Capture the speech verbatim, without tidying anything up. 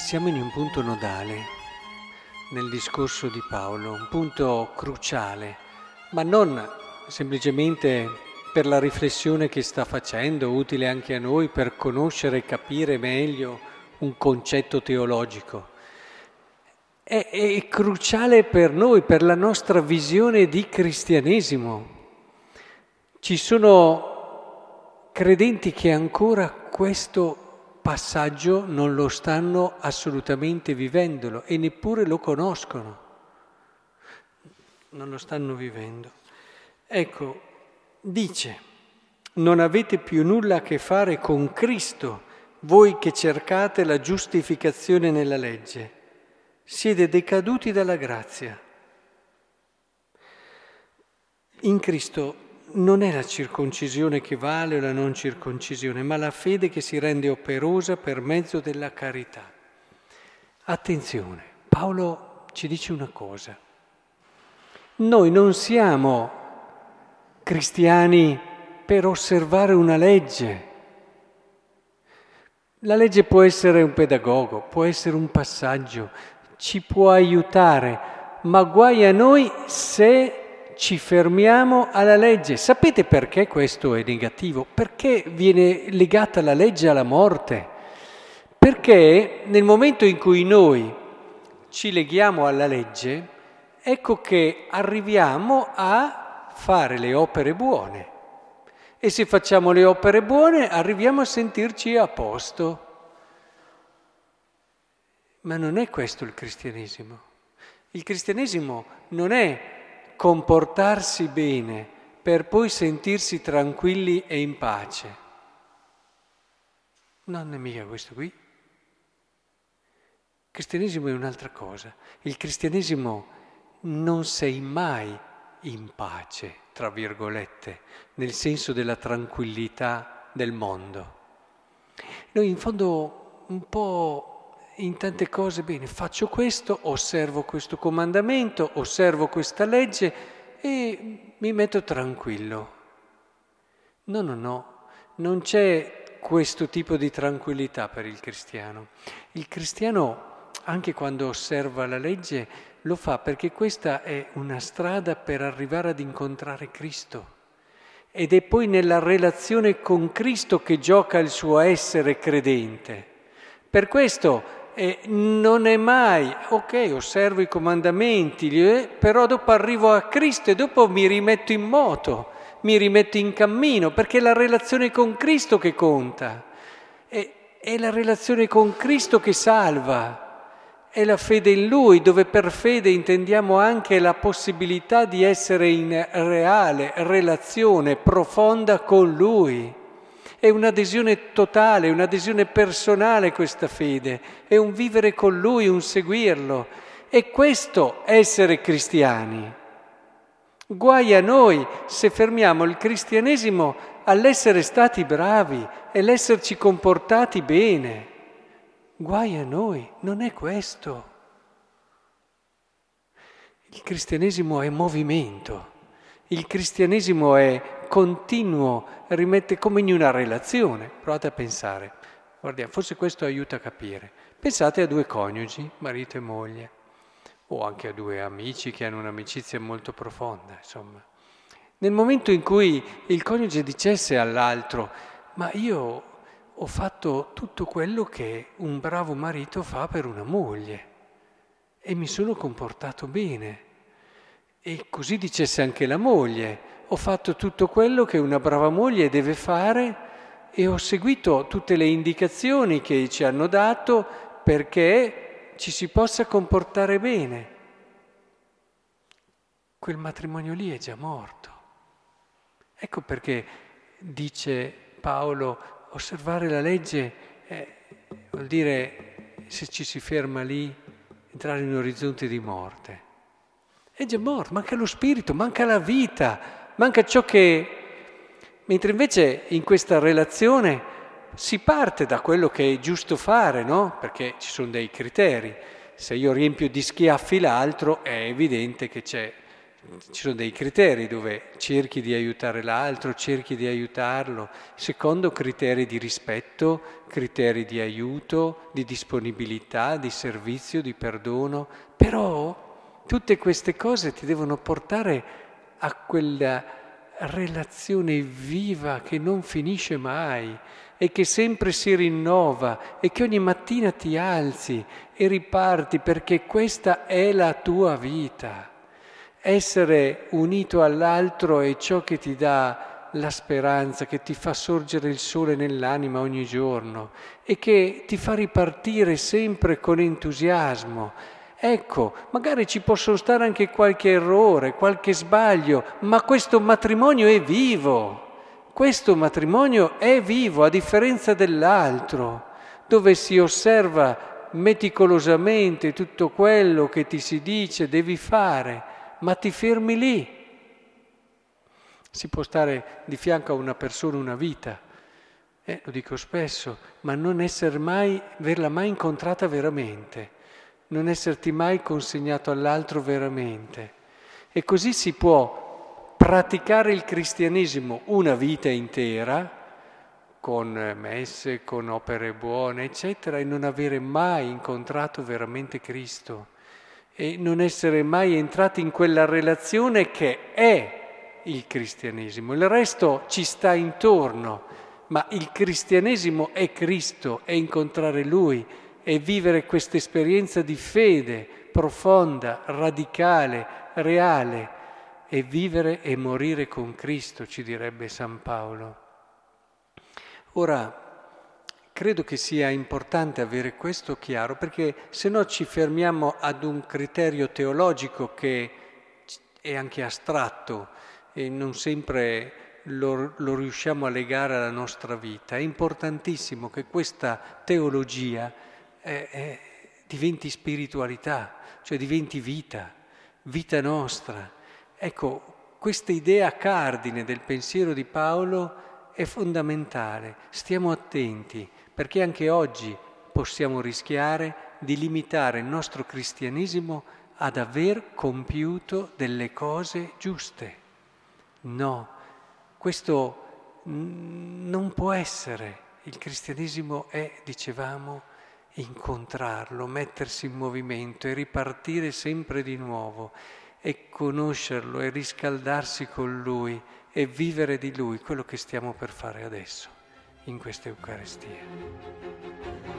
Siamo in un punto nodale nel discorso di Paolo, un punto cruciale, ma non semplicemente per la riflessione che sta facendo, utile anche a noi per conoscere e capire meglio un concetto teologico. È, è cruciale per noi, per la nostra visione di cristianesimo. Ci sono credenti che ancora questo passaggio non lo stanno assolutamente vivendolo e neppure lo conoscono, non lo stanno vivendo. Ecco, dice, non avete più nulla a che fare con Cristo, voi che cercate la giustificazione nella legge, siete decaduti dalla grazia. In Cristo non è la circoncisione che vale o la non circoncisione, ma la fede che si rende operosa per mezzo della carità. Attenzione, Paolo ci dice una cosa. Noi non siamo cristiani per osservare una legge. La legge può essere un pedagogo, può essere un passaggio, ci può aiutare, ma guai a noi se ci fermiamo alla legge. Sapete perché questo è negativo? Perché viene legata la legge alla morte. Perché nel momento in cui noi ci leghiamo alla legge, ecco che arriviamo a fare le opere buone. E se facciamo le opere buone, arriviamo a sentirci a posto. Ma non è questo il cristianesimo. Il cristianesimo non è comportarsi bene per poi sentirsi tranquilli e in pace. Non è mica questo qui. Il cristianesimo è un'altra cosa. Il cristianesimo non sei mai in pace, tra virgolette, nel senso della tranquillità del mondo. Noi in fondo un po' in tante cose, bene, faccio questo, osservo questo comandamento, osservo questa legge e mi metto tranquillo. No, no, no, non c'è questo tipo di tranquillità per il cristiano. Il cristiano, anche quando osserva la legge, lo fa perché questa è una strada per arrivare ad incontrare Cristo. Ed è poi nella relazione con Cristo che gioca il suo essere credente. Per questo E non è mai, ok, osservo i comandamenti, eh, però dopo arrivo a Cristo e dopo mi rimetto in moto, mi rimetto in cammino, perché è la relazione con Cristo che conta, è, è la relazione con Cristo che salva, è la fede in Lui, dove per fede intendiamo anche la possibilità di essere in reale relazione profonda con Lui. È un'adesione totale, un'adesione personale questa fede, è un vivere con Lui, un seguirlo. E questo essere cristiani. Guai a noi se fermiamo il cristianesimo all'essere stati bravi e l'esserci comportati bene. Guai a noi, non è questo. Il cristianesimo è movimento, il cristianesimo è continuo, rimette come in una relazione. Provate a pensare, guardiamo, forse questo aiuta a capire. Pensate a due coniugi, marito e moglie, o anche a due amici che hanno un'amicizia molto profonda, insomma. Nel momento in cui il coniuge dicesse all'altro, ma io ho fatto tutto quello che un bravo marito fa per una moglie e mi sono comportato bene, e così dicesse anche la moglie, ho fatto tutto quello che una brava moglie deve fare e ho seguito tutte le indicazioni che ci hanno dato perché ci si possa comportare bene. Quel matrimonio lì è già morto. Ecco perché dice Paolo, osservare la legge eh, vuol dire, se ci si ferma lì, entrare in un orizzonte di morte. È già morto, manca lo spirito, manca la vita. Manca ciò che, mentre invece in questa relazione si parte da quello che è giusto fare, no? Perché ci sono dei criteri. Se io riempio di schiaffi l'altro è evidente che c'è Ci sono dei criteri dove cerchi di aiutare l'altro, cerchi di aiutarlo, secondo criteri di rispetto, criteri di aiuto, di disponibilità, di servizio, di perdono, però tutte queste cose ti devono portare a quella relazione viva che non finisce mai e che sempre si rinnova e che ogni mattina ti alzi e riparti perché questa è la tua vita. Essere unito all'altro è ciò che ti dà la speranza, che ti fa sorgere il sole nell'anima ogni giorno e che ti fa ripartire sempre con entusiasmo. Ecco, magari ci possono stare anche qualche errore, qualche sbaglio, ma questo matrimonio è vivo. Questo matrimonio è vivo, a differenza dell'altro, dove si osserva meticolosamente tutto quello che ti si dice devi fare, ma ti fermi lì. Si può stare di fianco a una persona una vita, eh, lo dico spesso, ma non essere mai, averla mai incontrata veramente, non esserti mai consegnato all'altro veramente. E così si può praticare il cristianesimo una vita intera, con messe, con opere buone, eccetera, e non avere mai incontrato veramente Cristo. E non essere mai entrati in quella relazione che è il cristianesimo. Il resto ci sta intorno, ma il cristianesimo è Cristo, è incontrare Lui, è vivere questa esperienza di fede profonda, radicale, reale, e vivere e morire con Cristo, ci direbbe San Paolo. Ora, credo che sia importante avere questo chiaro, perché se no ci fermiamo ad un criterio teologico che è anche astratto e non sempre lo, lo riusciamo a legare alla nostra vita. È importantissimo che questa teologia eh, eh, diventi spiritualità, cioè diventi vita, vita nostra. Ecco, questa idea cardine del pensiero di Paolo è fondamentale. Stiamo attenti, perché anche oggi possiamo rischiare di limitare il nostro cristianesimo ad aver compiuto delle cose giuste. No, questo non può essere. Il cristianesimo è, dicevamo, incontrarlo, mettersi in movimento e ripartire sempre di nuovo e conoscerlo e riscaldarsi con Lui e vivere di Lui quello che stiamo per fare adesso in questa Eucaristia.